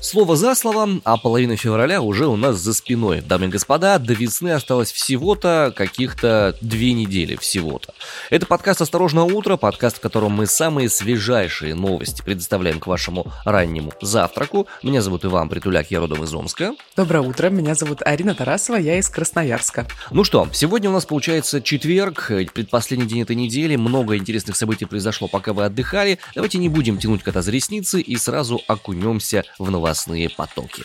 Слово за словом, а половина февраля уже у нас за спиной. Дамы и господа, до весны осталось всего-то каких-то 2 недели всего-то. Это подкаст «Осторожно, утро», подкаст, в котором мы самые свежайшие новости предоставляем к вашему раннему завтраку. Меня зовут Иван Притуляк, я родом из Омска. Доброе утро, меня зовут Арина Тарасова, я из Красноярска. Ну что, сегодня у нас получается четверг, предпоследний день этой недели, много интересных событий произошло, пока вы отдыхали. Давайте не будем тянуть кота за ресницы и сразу окунемся в новостные потоки.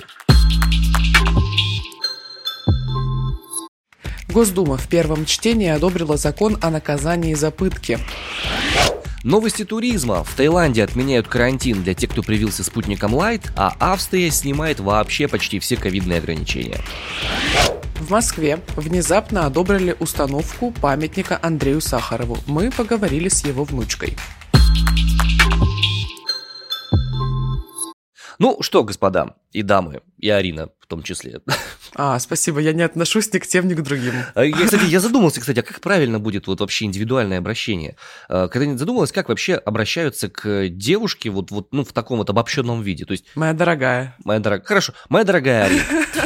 Госдума в первом чтении одобрила закон о наказании за пытки. Новости туризма. В Таиланде отменяют карантин для тех, кто привился спутником Light, а Австрия снимает вообще почти все ковидные ограничения. В Москве внезапно одобрили установку памятника Андрею Сахарову. Мы поговорили с его внучкой. Ну что, господа и дамы, и Арина в том числе. Спасибо, я не отношусь ни к тем, ни к другим. Я задумался, кстати, а как правильно будет вот вообще индивидуальное обращение? Когда-нибудь задумалась, как вообще обращаются к девушке в таком вот обобщенном виде? То есть, моя дорогая. Хорошо, моя дорогая Арина.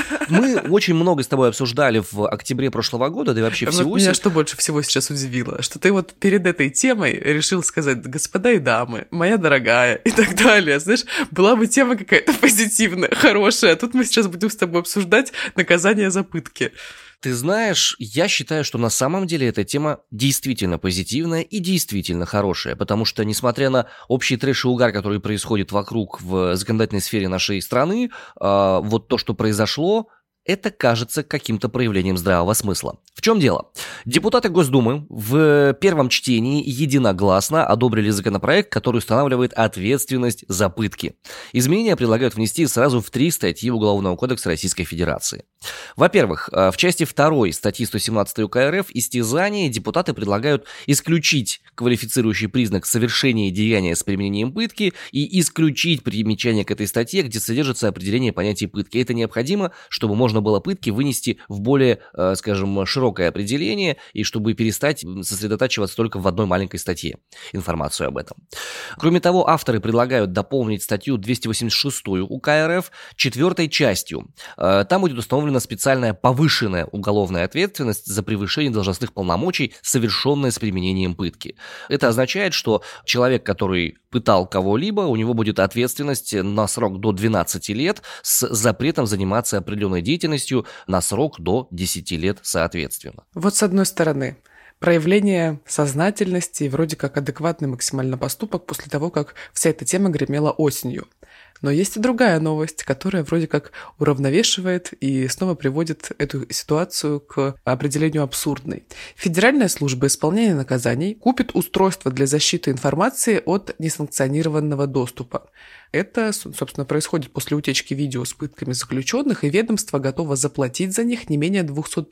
Мы очень много с тобой обсуждали в октябре прошлого года, да и вообще всего. Меня что больше всего сейчас удивило, что ты вот перед этой темой решил сказать «господа и дамы», «моя дорогая» и так далее. Знаешь, была бы тема какая-то позитивная, хорошая, а тут мы сейчас будем с тобой обсуждать наказание за пытки. Ты знаешь, я считаю, что на самом деле эта тема действительно позитивная и действительно хорошая, потому что, несмотря на общий трэш и угар, который происходит вокруг в законодательной сфере нашей страны, вот то, что произошло, это кажется каким-то проявлением здравого смысла. В чем дело? Депутаты Госдумы в первом чтении единогласно одобрили законопроект, который устанавливает ответственность за пытки. Изменения предлагают внести сразу в 3 статьи Уголовного кодекса Российской Федерации. Во-первых, в части 2 статьи 117 УК РФ «Истязание» депутаты предлагают исключить квалифицирующий признак совершения деяния с применением пытки и исключить примечание к этой статье, где содержится определение понятия пытки. Это необходимо, чтобы можно было пытки вынести в более, широкое определение и чтобы перестать сосредотачиваться только в одной маленькой статье информацию об этом. Кроме того, авторы предлагают дополнить статью 286 УК РФ 4 частью. Там будет установлена специальная повышенная уголовная ответственность за превышение должностных полномочий, совершенное с применением пытки. Это означает, что человек, который пытал кого-либо, у него будет ответственность на срок до 12 лет с запретом заниматься определенной деятельностью на срок до 10 лет соответственно. Вот с одной стороны, проявление сознательности и вроде как адекватный максимально поступок после того, как вся эта тема гремела осенью. Но есть и другая новость, которая вроде как уравновешивает и снова приводит эту ситуацию к определению абсурдной. Федеральная служба исполнения наказаний купит устройство для защиты информации от несанкционированного доступа. Это, собственно, происходит после утечки видео с пытками заключенных, и ведомство готово заплатить за них не менее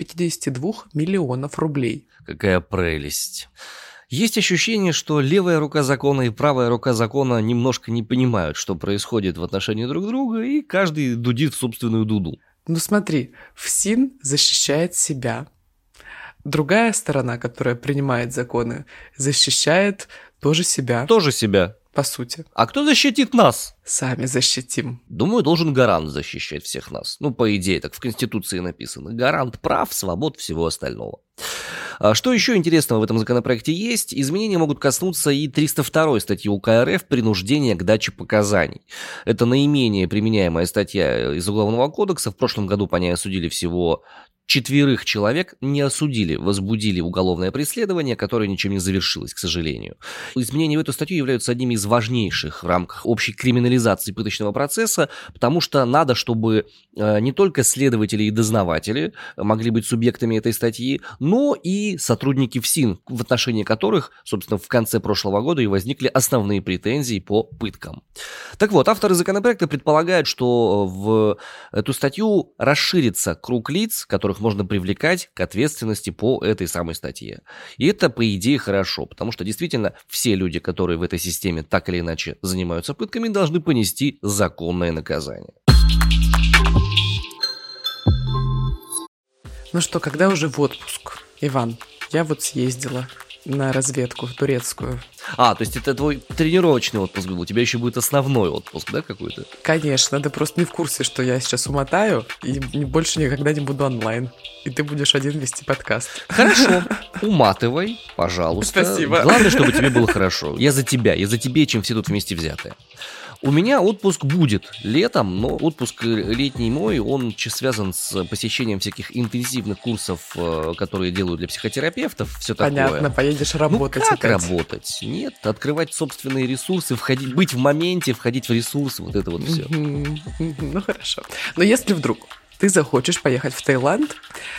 252 миллионов рублей. Какая прелесть. Есть ощущение, что левая рука закона и правая рука закона немножко не понимают, что происходит в отношении друг друга, и каждый дудит в собственную дуду. Ну смотри, ФСИН защищает себя. Другая сторона, которая принимает законы, защищает тоже себя. Тоже себя. По сути. А кто защитит нас? Сами защитим. Думаю, должен гарант защищать всех нас. Ну, по идее, так в Конституции написано. Гарант прав, свобод, всего остального. Что еще интересного в этом законопроекте есть? Изменения могут коснуться и 302 статьи УК РФ «Принуждение к даче показаний». Это наименее применяемая статья из Уголовного кодекса. В прошлом году по ней осудили всего 4 человек, не осудили, возбудили уголовное преследование, которое ничем не завершилось, к сожалению. Изменения в эту статью являются одними из важнейших в рамках общей криминализации пыточного процесса, потому что надо, чтобы не только следователи и дознаватели могли быть субъектами этой статьи, но и сотрудники ФСИН, в отношении которых, собственно, в конце прошлого года и возникли основные претензии по пыткам. Так вот, авторы законопроекта предполагают, что в эту статью расширится круг лиц, которых можно привлекать к ответственности по этой самой статье. И это, по идее, хорошо, потому что действительно все люди, которые в этой системе так или иначе занимаются пытками, должны понести законное наказание. Ну что, когда уже в отпуск? Иван, я вот съездила на разведку в турецкую. То есть это твой тренировочный отпуск был, у тебя еще будет основной отпуск, да, какой-то? Конечно, ты просто не в курсе, что я сейчас умотаю и больше никогда не буду онлайн. И ты будешь один вести подкаст. Хорошо, уматывай, пожалуйста. Спасибо. Главное, чтобы тебе было хорошо. Я за тебя, чем все тут вместе взятые. У меня отпуск будет летом, но отпуск летний мой, он связан с посещением всяких интенсивных курсов, которые делают для психотерапевтов, все такое. Понятно, поедешь работать. Ну как опять. работать? Нет, открывать собственные ресурсы, быть в моменте, входить в ресурсы, вот это вот все. Ну хорошо. Но если вдруг ты захочешь поехать в Таиланд,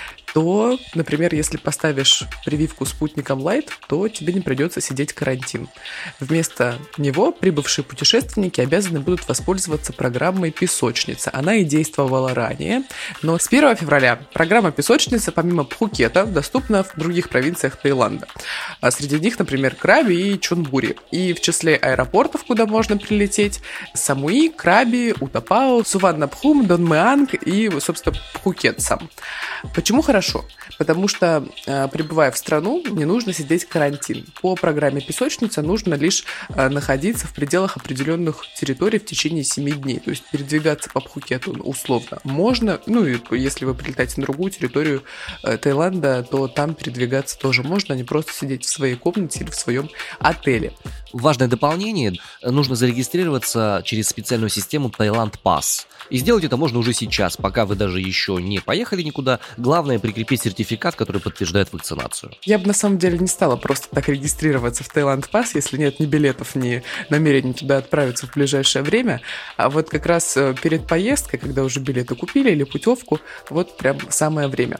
то, например, если поставишь прививку спутником Light, то тебе не придется сидеть карантин. Вместо него прибывшие путешественники обязаны будут воспользоваться программой «Песочница». Она и действовала ранее, но с 1 февраля программа «Песочница» помимо Пхукета доступна в других провинциях Таиланда. А среди них, например, Краби и Чонбури. И в числе аэропортов, куда можно прилететь, Самуи, Краби, Утапао, Суваннабхум, Донмеанг и, собственно, Пхукет сам. Почему хорошо? Потому что, прибывая в страну, не нужно сидеть карантин. По программе «Песочница» нужно лишь находиться в пределах определенных территорий в течение 7 дней. То есть передвигаться по Пхукету условно можно. Ну и если вы прилетаете на другую территорию Таиланда, то там передвигаться тоже можно, а не просто сидеть в своей комнате или в своем отеле. Важное дополнение, нужно зарегистрироваться через специальную систему Таиланд Пас. И сделать это можно уже сейчас, пока вы даже еще не поехали никуда. Главное прикрепить сертификат, который подтверждает вакцинацию. Я бы на самом деле не стала просто так регистрироваться в Таиланд Пас, если нет ни билетов, ни намерений туда отправиться в ближайшее время. А вот как раз перед поездкой, когда уже билеты купили или путевку, вот прям самое время.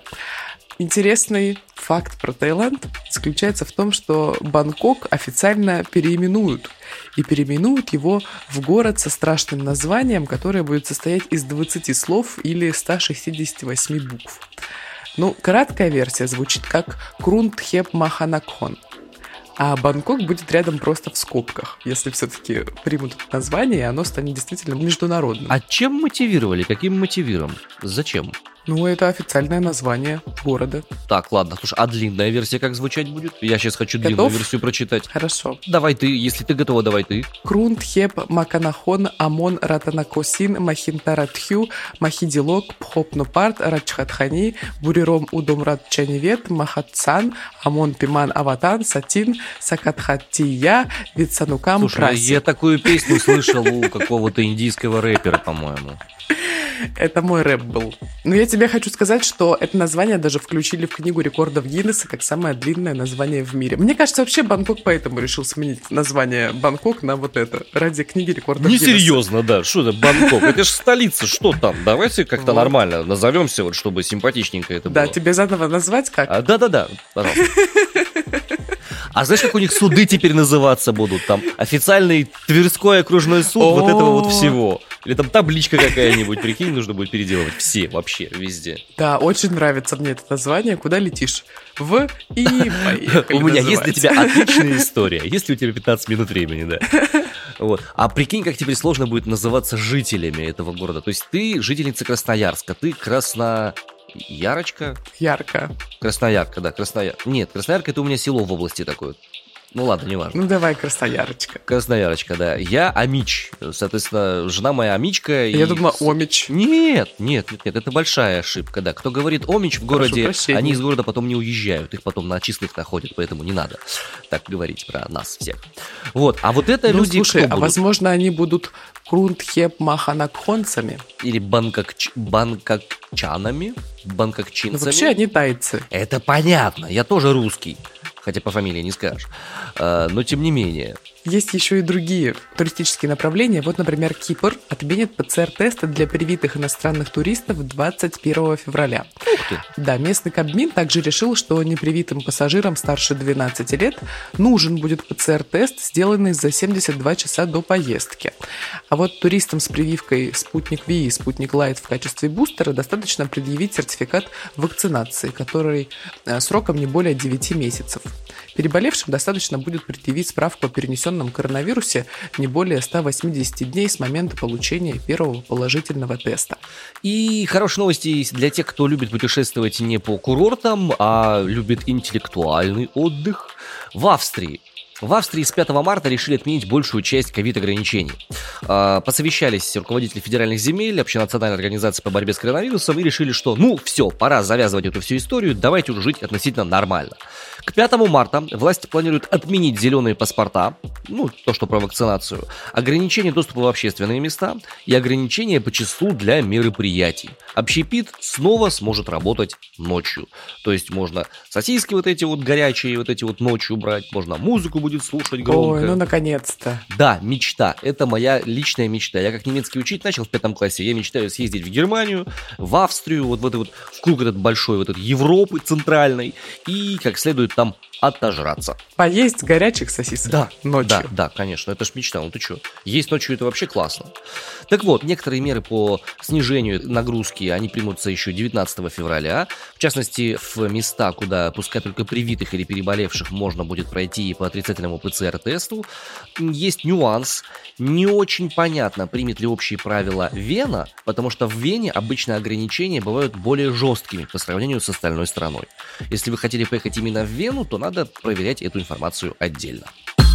Интересный факт про Таиланд заключается в том, что Бангкок официально переименуют. И переименуют его в город со страшным названием, которое будет состоять из 20 слов или 168 букв. Ну, краткая версия звучит как Крунтхеп Маханакхон. А Бангкок будет рядом просто в скобках, если все-таки примут это название, и оно станет действительно международным. А чем мотивировали? Каким мотивиром? Зачем? Ну, это официальное название города. Так, ладно, слушай, а длинная версия как звучать будет? Я сейчас хочу длинную версию прочитать. Хорошо. Давай ты, если ты готова, давай ты. Крунтхеп Маканахон Амон Ратанакосин Махинтаратхю Махидилок Пхопнупарт Рачхатхани Буриром Удомрат Чанивет Махатсан Амон Пиман Аватан Сатин Сакатхатия Вицанукам Слушай, Праси. я такую песню слышал у какого-то индийского рэпера, по-моему. Это мой рэп был. Но я тебе хочу сказать, что это название даже включили в книгу рекордов Гиннесса как самое длинное название в мире. Мне кажется, вообще Бангкок поэтому решил сменить название Бангкок на вот это, ради книги рекордов Гиннесса. Несерьезно, да. Что это Бангкок? Это же столица, что там? Давайте как-то нормально назовемся, вот, чтобы симпатичненько это было. Да, тебе заново назвать как? Да-да-да, пожалуйста. А знаешь, как у них суды теперь называться будут? Там официальный Тверской окружной суд вот этого вот всего. Или там табличка какая-нибудь, прикинь, нужно будет переделывать. Все, вообще, везде. Да, очень нравится мне это название. Куда летишь? В и поехали. У меня есть для тебя отличная история, если у тебя 15 минут времени, да. Вот. А прикинь, как теперь сложно будет называться жителями этого города. То есть ты жительница Красноярска, ты Красноярочка? Ярко. Красноярка, да, Красноярка. Нет, Красноярка — это у меня село в области такое. Ну ладно, неважно. Ну давай, Красноярочка. Красноярочка, да. Я Амич. Соответственно, жена моя Амичка. Я думала, Омич. Нет, это большая ошибка, да. Кто говорит Омич в городе, они из города потом не уезжают, их потом на числах находят, поэтому не надо так говорить про нас всех. Вот, а вот это люди слушай, кто будут? Возможно, они будут Крунтхеп Маханакхонцами. Или банкокчанами, банкокчинцами. Ну, вообще они тайцы. Это понятно, я тоже русский. Хотя по фамилии не скажешь. Но тем не менее. Есть еще и другие туристические направления. Вот, например, Кипр отменит ПЦР-тесты для привитых иностранных туристов 21 февраля. Ух ты. Да, местный Кабмин также решил, что непривитым пассажирам старше 12 лет нужен будет ПЦР-тест, сделанный за 72 часа до поездки. А вот туристам с прививкой Спутник Ви и Спутник Лайт в качестве бустера достаточно предъявить сертификат вакцинации, который сроком не более 9 месяцев. Переболевшим достаточно будет предъявить справку о перенесенном коронавирусе не более 180 дней с момента получения первого положительного теста. И хорошие новости для тех, кто любит путешествовать не по курортам, а любит интеллектуальный отдых. В Австрии В Австрии с 5 марта решили отменить большую часть ковид-ограничений. Посовещались руководители федеральных земель, общенациональной организации по борьбе с коронавирусом и решили, что все, пора завязывать эту всю историю, давайте уже жить относительно нормально. К 5 марта власти планируют отменить зеленые паспорта, то, что про вакцинацию, ограничение доступа в общественные места и ограничения по числу для мероприятий. Общепит снова сможет работать ночью. То есть можно сосиски вот эти вот горячие, вот эти вот ночью брать, можно музыку будет слушать громко. Ой, наконец-то. Да, мечта. Это моя личная мечта. Я как немецкий учить начал в 5 классе, я мечтаю съездить в Германию, в Австрию, вот в круг этот большой, вот этот Европы центральной, и как следует там отожраться. Поесть горячих сосисок ночью. Да, конечно, это ж мечта, ты что? Есть ночью это вообще классно. Так вот, некоторые меры по снижению нагрузки, они примутся еще 19 февраля. В частности, в места, куда пускай только привитых или переболевших можно будет пройти по отрицательному ПЦР-тесту. Есть нюанс. Не очень понятно, примет ли общие правила Вена, потому что в Вене обычно ограничения бывают более жесткими по сравнению с остальной страной. Если вы хотели поехать именно в Вену, то надо проверять эту информацию отдельно.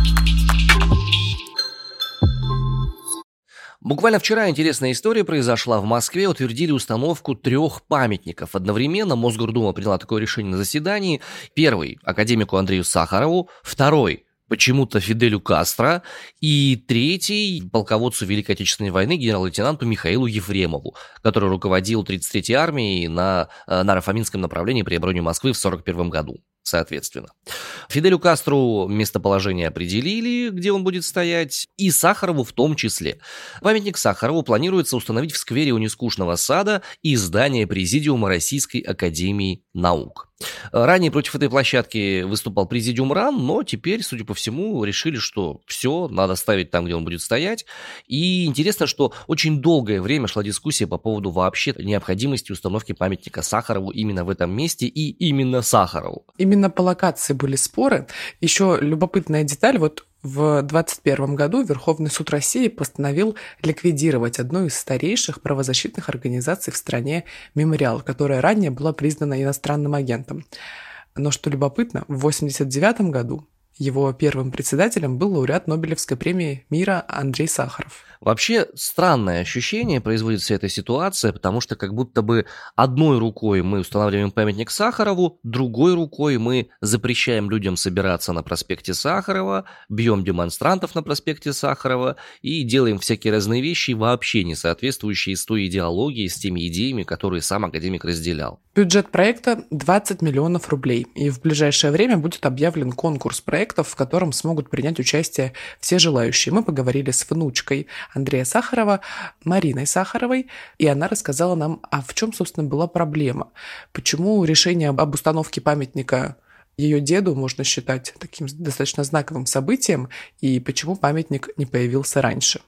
Буквально вчера интересная история произошла. В Москве утвердили установку 3 памятников. Одновременно Мосгордума приняла такое решение на заседании. Первый – академику Андрею Сахарову. Второй – почему-то Фиделю Кастро. И третий – полководцу Великой Отечественной войны генерал-лейтенанту Михаилу Ефремову, который руководил 33-й армией на Наро-Фоминском направлении при обороне Москвы в 1941 году. Соответственно. Фиделю Кастру местоположение определили, где он будет стоять, и Сахарову в том числе. Памятник Сахарову планируется установить в сквере у Нескучного сада и здания Президиума Российской Академии Наук. Ранее против этой площадки выступал Президиум РАН, но теперь, судя по всему, решили, что все, надо ставить там, где он будет стоять. И интересно, что очень долгое время шла дискуссия по поводу вообще необходимости установки памятника Сахарову именно в этом месте и именно Сахарову. Именно по локации были споры. Еще любопытная деталь, в 2021 году Верховный суд России постановил ликвидировать одну из старейших правозащитных организаций в стране «Мемориал», которая ранее была признана иностранным агентом. Но что любопытно, в 1989 году его первым председателем был лауреат Нобелевской премии мира Андрей Сахаров. Вообще странное ощущение производит вся эта ситуация, потому что как будто бы одной рукой мы устанавливаем памятник Сахарову, другой рукой мы запрещаем людям собираться на проспекте Сахарова, бьем демонстрантов на проспекте Сахарова и делаем всякие разные вещи, вообще не соответствующие с той идеологией, с теми идеями, которые сам академик разделял. Бюджет проекта 20 миллионов рублей, и в ближайшее время будет объявлен конкурс проектов, в котором смогут принять участие все желающие. Мы поговорили с внучкой Андрея Сахарова, Мариной Сахаровой, и она рассказала нам, в чем, собственно, была проблема. Почему решение об установке памятника ее деду можно считать таким достаточно знаковым событием, и почему памятник не появился раньше.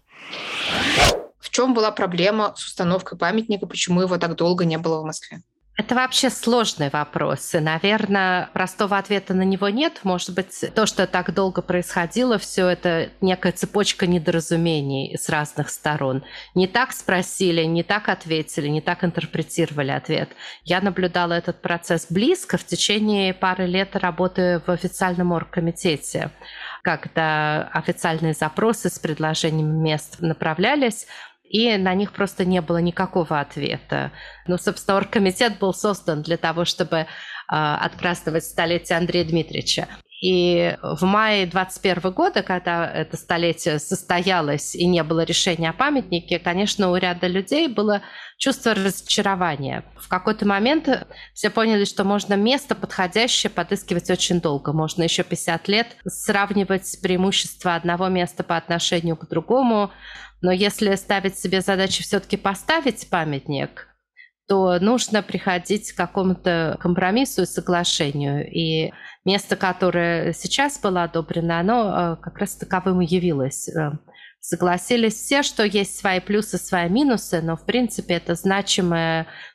В чем была проблема с установкой памятника, почему его так долго не было в Москве? Это вообще сложный вопрос, и, наверное, простого ответа на него нет. Может быть, то, что так долго происходило, все это некая цепочка недоразумений с разных сторон. Не так спросили, не так ответили, не так интерпретировали ответ. Я наблюдала этот процесс близко в течение пары лет работы в официальном оргкомитете, когда официальные запросы с предложением мест направлялись, и на них просто не было никакого ответа. Собственно, оргкомитет был создан для того, чтобы отпраздновать столетие Андрея Дмитриевича. И в мае 2021 года, когда это столетие состоялось и не было решения о памятнике, конечно, у ряда людей было чувство разочарования. В какой-то момент все поняли, что можно место подходящее подыскивать очень долго. Можно еще 50 лет сравнивать преимущества одного места по отношению к другому. Но если ставить себе задачу все-таки поставить памятник, то нужно приходить к какому-то компромиссу и соглашению. И место, которое сейчас было одобрено, оно как раз таковым и явилось. Согласились все, что есть свои плюсы, свои минусы, но в принципе это значимое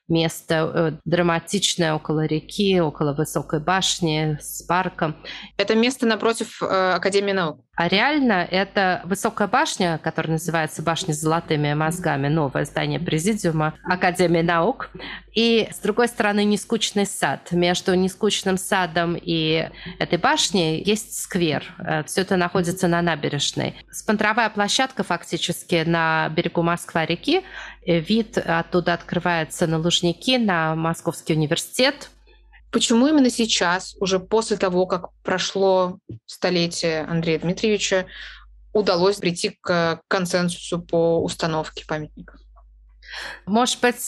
место драматичное около реки, около высокой башни с парком. Это место напротив Академии наук. А реально это высокая башня, которая называется «Башня с золотыми мозгами», новое здание президиума Академии наук. И, с другой стороны, нескучный сад. Между нескучным садом и этой башней есть сквер. Все это находится на набережной. Смотровая площадка фактически на берегу Москва-реки. Вид оттуда открывается на Лужники, на Московский университет. Почему именно сейчас, уже после того, как прошло столетие Андрея Дмитриевича, удалось прийти к консенсусу по установке памятника? Может быть,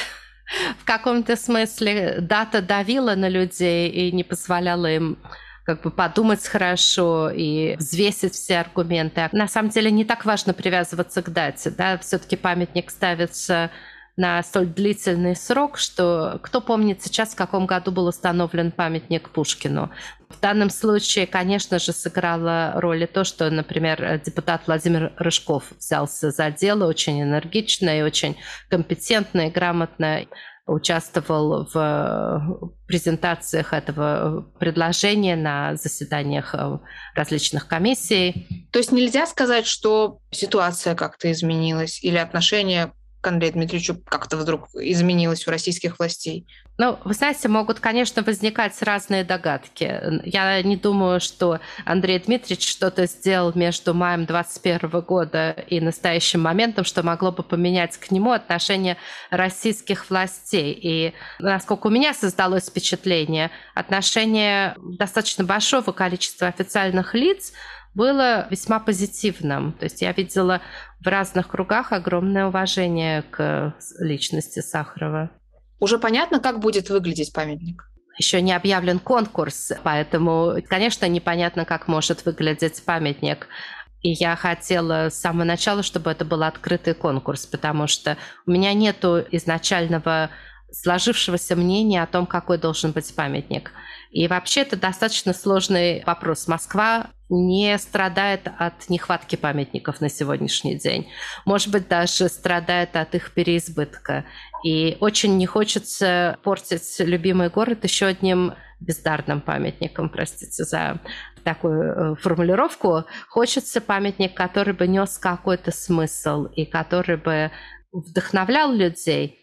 в каком-то смысле дата давила на людей и не позволяла им подумать хорошо и взвесить все аргументы. На самом деле не так важно привязываться к дате. Да? Все-таки памятник ставится на столь длительный срок, что кто помнит сейчас, в каком году был установлен памятник Пушкину. В данном случае, конечно же, сыграло роль и то, что, например, депутат Владимир Рыжков взялся за дело очень энергично и очень компетентно и грамотно участвовал в презентациях этого предложения на заседаниях различных комиссий. То есть нельзя сказать, что ситуация как-то изменилась или отношение к Андрею Дмитриевичу как-то вдруг изменилось у российских властей? Ну, вы знаете, могут, конечно, возникать разные догадки. Я не думаю, что Андрей Дмитриевич что-то сделал между маем 2021 года и настоящим моментом, что могло бы поменять к нему отношение российских властей. И, насколько у меня создалось впечатление, отношение достаточно большого количества официальных лиц было весьма позитивным. То есть я видела в разных кругах огромное уважение к личности Сахарова. Уже понятно, как будет выглядеть памятник? Еще не объявлен конкурс, поэтому, конечно, непонятно, как может выглядеть памятник. И я хотела с самого начала, чтобы это был открытый конкурс, потому что у меня нету изначального сложившегося мнения о том, какой должен быть памятник. И вообще это достаточно сложный вопрос. Москва не страдает от нехватки памятников на сегодняшний день. Может быть, даже страдает от их переизбытка. И очень не хочется портить любимый город еще одним бездарным памятником, простите за такую формулировку. Хочется памятник, который бы нес какой-то смысл и который бы вдохновлял людей.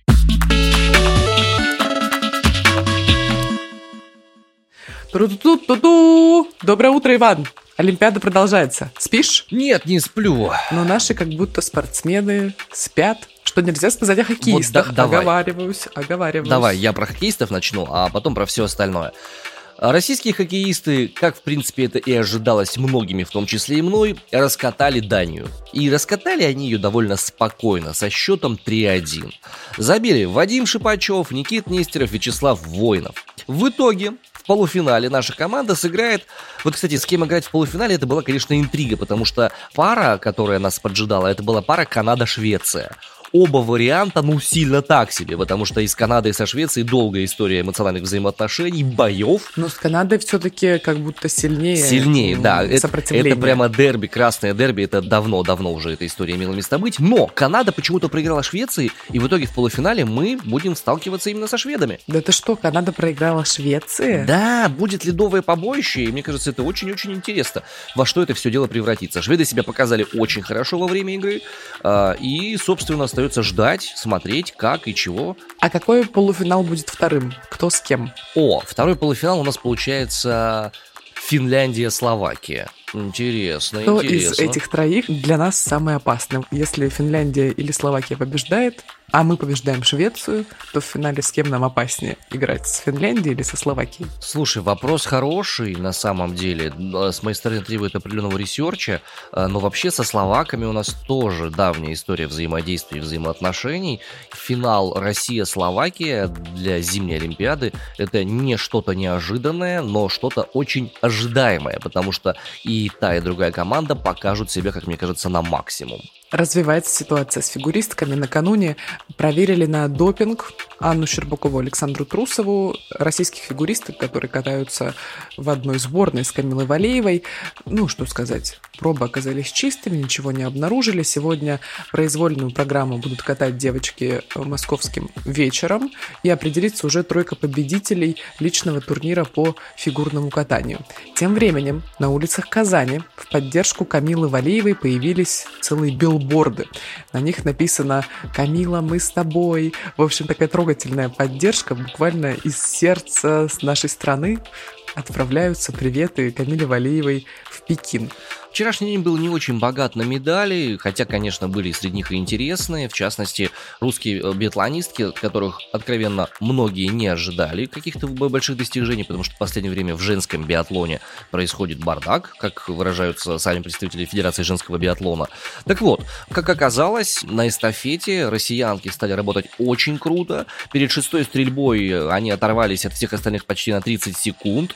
Доброе утро, Иван. Олимпиада продолжается. Спишь? Нет, не сплю. Но наши как будто спортсмены спят. Что нельзя сказать о хоккеистах. Вот давай. Оговариваюсь. Давай, я про хоккеистов начну, а потом про все остальное. Российские хоккеисты, как в принципе это и ожидалось многими, в том числе и мной, раскатали Данию. И раскатали они ее довольно спокойно, со счетом 3-1. Забили Вадим Шипачев, Никит Нестеров, Вячеслав Воинов. В итоге в полуфинале наша команда сыграет... Вот, кстати, с кем играть в полуфинале, это была, конечно, интрига, потому что пара, которая нас поджидала, это была пара Канада-Швеция. Оба варианта, сильно так себе, потому что и с Канадой, и со Швецией долгая история эмоциональных взаимоотношений, боев. Но с Канадой все-таки как будто сильнее. Сильнее, да. Это прямо дерби, красное дерби, это давно уже эта история имела место быть. Но Канада почему-то проиграла Швеции, и в итоге в полуфинале мы будем сталкиваться именно со шведами. Да ты что, Канада проиграла Швеции? Да, будет ледовое побоище, и мне кажется, это очень-очень интересно, во что это все дело превратится. Шведы себя показали очень хорошо во время игры, и, собственно, остается ждать, смотреть, как и чего. А какой полуфинал будет вторым? Кто с кем? Второй полуфинал у нас получается Финляндия-Словакия. Интересно. Кто из этих троих для нас самый опасный? Если Финляндия или Словакия побеждает, а мы побеждаем Швецию, то в финале с кем нам опаснее играть? С Финляндией или со Словакией? Слушай, вопрос хороший на самом деле. С моей стороны требует определенного ресерча, но вообще со словаками у нас тоже давняя история взаимодействия и взаимоотношений. Финал Россия-Словакия для зимней Олимпиады — это не что-то неожиданное, но что-то очень ожидаемое, потому что и та, и другая команда покажут себя, как мне кажется, на максимум. Развивается ситуация с фигуристками. Накануне проверили на допинг Анну Щербакову, Александру Трусову, российских фигуристок, которые катаются в одной сборной с Камилой Валеевой. Что сказать? Пробы оказались чистыми, ничего не обнаружили. Сегодня произвольную программу будут катать девочки московским вечером, и определится уже тройка победителей личного турнира по фигурному катанию. Тем временем на улицах Казани в поддержку Камилы Валиевой появились целые билборды. На них написано «Камила, мы с тобой». В общем, такая трогательная поддержка. Буквально из сердца с нашей страны отправляются приветы Камиле Валиевой в Пекин. Вчерашний день был не очень богат на медали, хотя, конечно, были среди них и интересные. В частности, русские биатлонистки, от которых, откровенно, многие не ожидали каких-то больших достижений, потому что в последнее время в женском биатлоне происходит бардак, как выражаются сами представители Федерации женского биатлона. Так вот, как оказалось, на эстафете россиянки стали работать очень круто. Перед шестой стрельбой они оторвались от всех остальных почти на 30 секунд.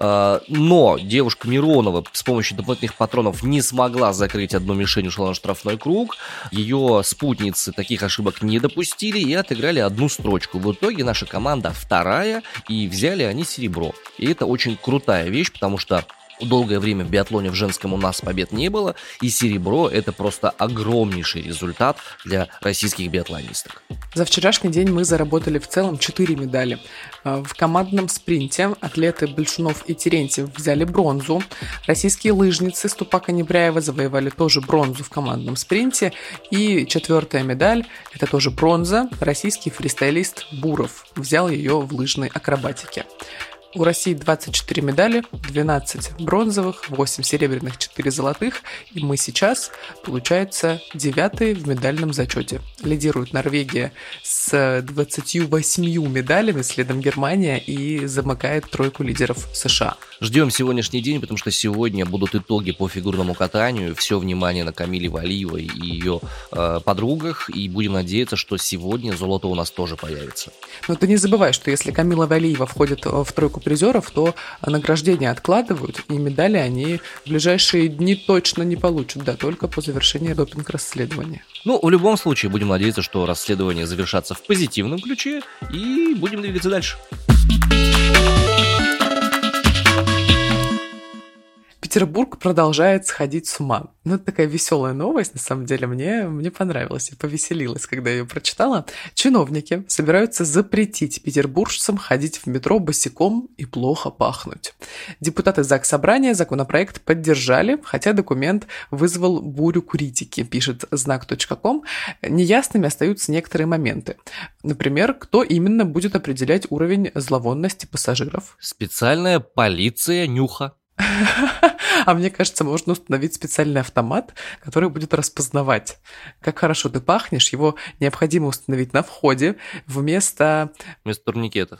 Но девушка Миронова с помощью дополнительных патронов не смогла закрыть одну мишень, ушла на штрафной круг. Ее спутницы таких ошибок не допустили и отыграли одну строчку. В итоге наша команда вторая, и взяли они серебро. И это очень крутая вещь, потому что долгое время в биатлоне в женском у нас побед не было, и серебро – это просто огромнейший результат для российских биатлонисток. За вчерашний день мы заработали в целом 4 медали. В командном спринте атлеты Большунов и Терентьев взяли бронзу. Российские лыжницы Ступак и Небряева завоевали тоже бронзу в командном спринте. И 4-я медаль – это тоже бронза. Российский фристайлист Буров взял ее в лыжной акробатике. У России 24 медали, 12 бронзовых, 8 серебряных, 4 золотых. И мы сейчас, получается, 9-е в медальном зачете. Лидирует Норвегия с 28 медалями, следом Германия, и замыкает тройку лидеров США. Ждем сегодняшний день, потому что сегодня будут итоги по фигурному катанию. Все внимание на Камиле Валиевой и ее подругах. И будем надеяться, что сегодня золото у нас тоже появится. Но ты не забывай, что если Камила Валиева входит в тройку призеров, то награждения откладывают, и медали они в ближайшие дни точно не получат, да, только по завершении допинг-расследования. Ну, в любом случае, будем надеяться, что расследование завершатся в позитивном ключе, и будем двигаться дальше. Петербург продолжает сходить с ума. Ну, это такая веселая новость, на самом деле, мне понравилась, я повеселилась, когда ее прочитала. Чиновники собираются запретить петербуржцам ходить в метро босиком и плохо пахнуть. Депутаты Заксобрания законопроект поддержали, хотя документ вызвал бурю критики, пишет знак.ком. Неясными остаются некоторые моменты. Например, кто именно будет определять уровень зловонности пассажиров? Специальная полиция нюха. А мне кажется, можно установить специальный автомат, который будет распознавать, как хорошо ты пахнешь. Его необходимо установить на входе вместо турникетов.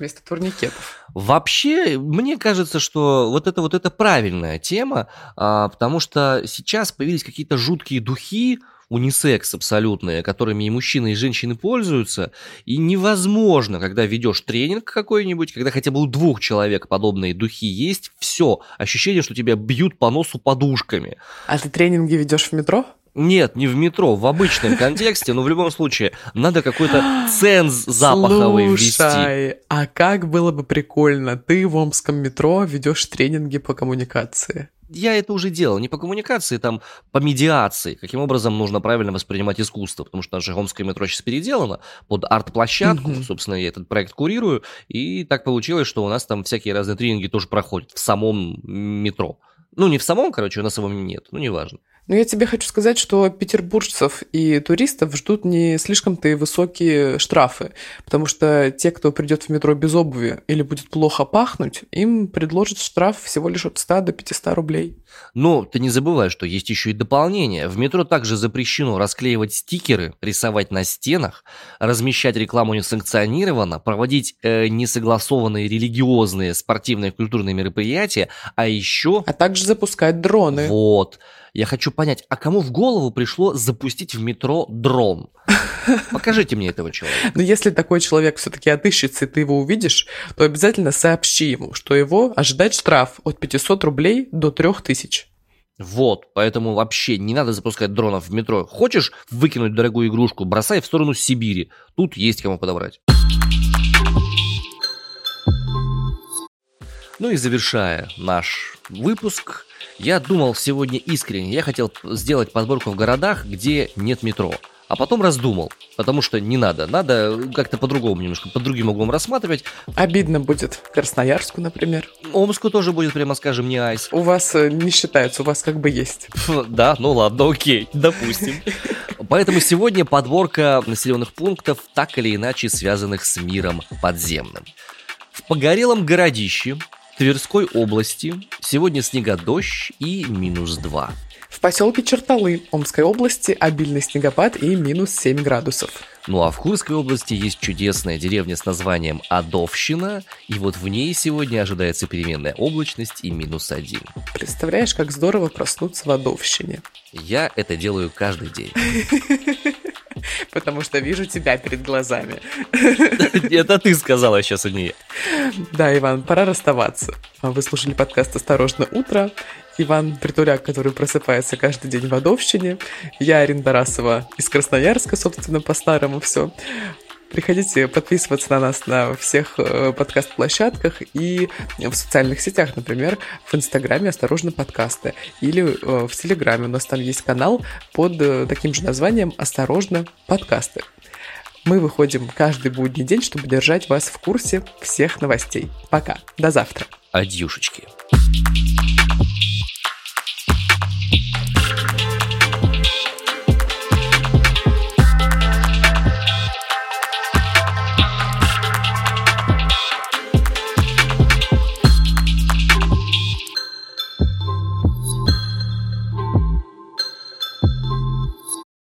Вообще, мне кажется, что вот это правильная тема, потому что сейчас появились какие-то жуткие духи, унисекс абсолютные, которыми и мужчины, и женщины пользуются, и невозможно, когда ведешь тренинг какой-нибудь, когда хотя бы у 2 человек подобные духи есть, все, ощущение, что тебя бьют по носу подушками. А ты тренинги ведешь в метро? Нет, не в метро, в обычном контексте, но в любом случае надо какой-то ценз запаховый ввести. Слушай, а как было бы прикольно, ты в омском метро ведешь тренинги по коммуникации. Я это уже делал, не по коммуникации, там, по медиации, каким образом нужно правильно воспринимать искусство, потому что наше омское метро сейчас переделано под арт-площадку, собственно, я этот проект курирую, и так получилось, что у нас там всякие разные тренинги тоже проходят в самом метро. Ну, не в самом, у нас его нет, неважно. Но я тебе хочу сказать, что петербуржцев и туристов ждут не слишком-то и высокие штрафы, потому что те, кто придет в метро без обуви или будет плохо пахнуть, им предложат штраф всего лишь от 100 до 500 рублей. Но ты не забывай, что есть еще и дополнение. В метро также запрещено расклеивать стикеры, рисовать на стенах, размещать рекламу несанкционированно, проводить несогласованные религиозные, спортивные, культурные мероприятия, а еще... А также запускать дроны. Вот. Я хочу понять, а кому в голову пришло запустить в метро дрон? Покажите мне этого человека. Но если такой человек все-таки отыщется, и ты его увидишь, то обязательно сообщи ему, что его ожидает штраф от 500 рублей до 3000. Вот, поэтому вообще не надо запускать дронов в метро. Хочешь выкинуть дорогую игрушку, бросай в сторону Сибири. Тут есть кому подобрать. Ну и завершая наш выпуск, я думал сегодня искренне, я хотел сделать подборку в городах, где нет метро. А потом раздумал, потому что не надо. Надо как-то по-другому немножко, под другим углом рассматривать. Обидно будет Красноярску, например. Омску тоже будет, прямо скажем, не айс. У вас не считается, у вас как бы есть. Да, ну ладно, окей, допустим. Поэтому сегодня подборка населенных пунктов, так или иначе связанных с миром подземным. В погорелом городище Тверской области сегодня снегодождь и -2. В поселке Черталы Омской области обильный снегопад и -7 градусов. Ну а в Курской области есть чудесная деревня с названием Адовщина, и вот в ней сегодня ожидается переменная облачность и -1. Представляешь, как здорово проснуться в Адовщине. Я это делаю каждый день. Потому что вижу тебя перед глазами. Это ты сказала сейчас, а не я. Да, Иван, пора расставаться. Вы слушали подкаст «Осторожно, утро». Иван Притуляк, который просыпается каждый день в Адовщине. Я, Арина Тарасова, из Красноярска, собственно, по-старому все. Приходите подписываться на нас на всех подкаст-площадках и в социальных сетях, например, в Инстаграме «Осторожно, подкасты» или в Телеграме. У нас там есть канал под таким же названием «Осторожно, подкасты». Мы выходим каждый будний день, чтобы держать вас в курсе всех новостей. Пока, до завтра. Адьюшечки.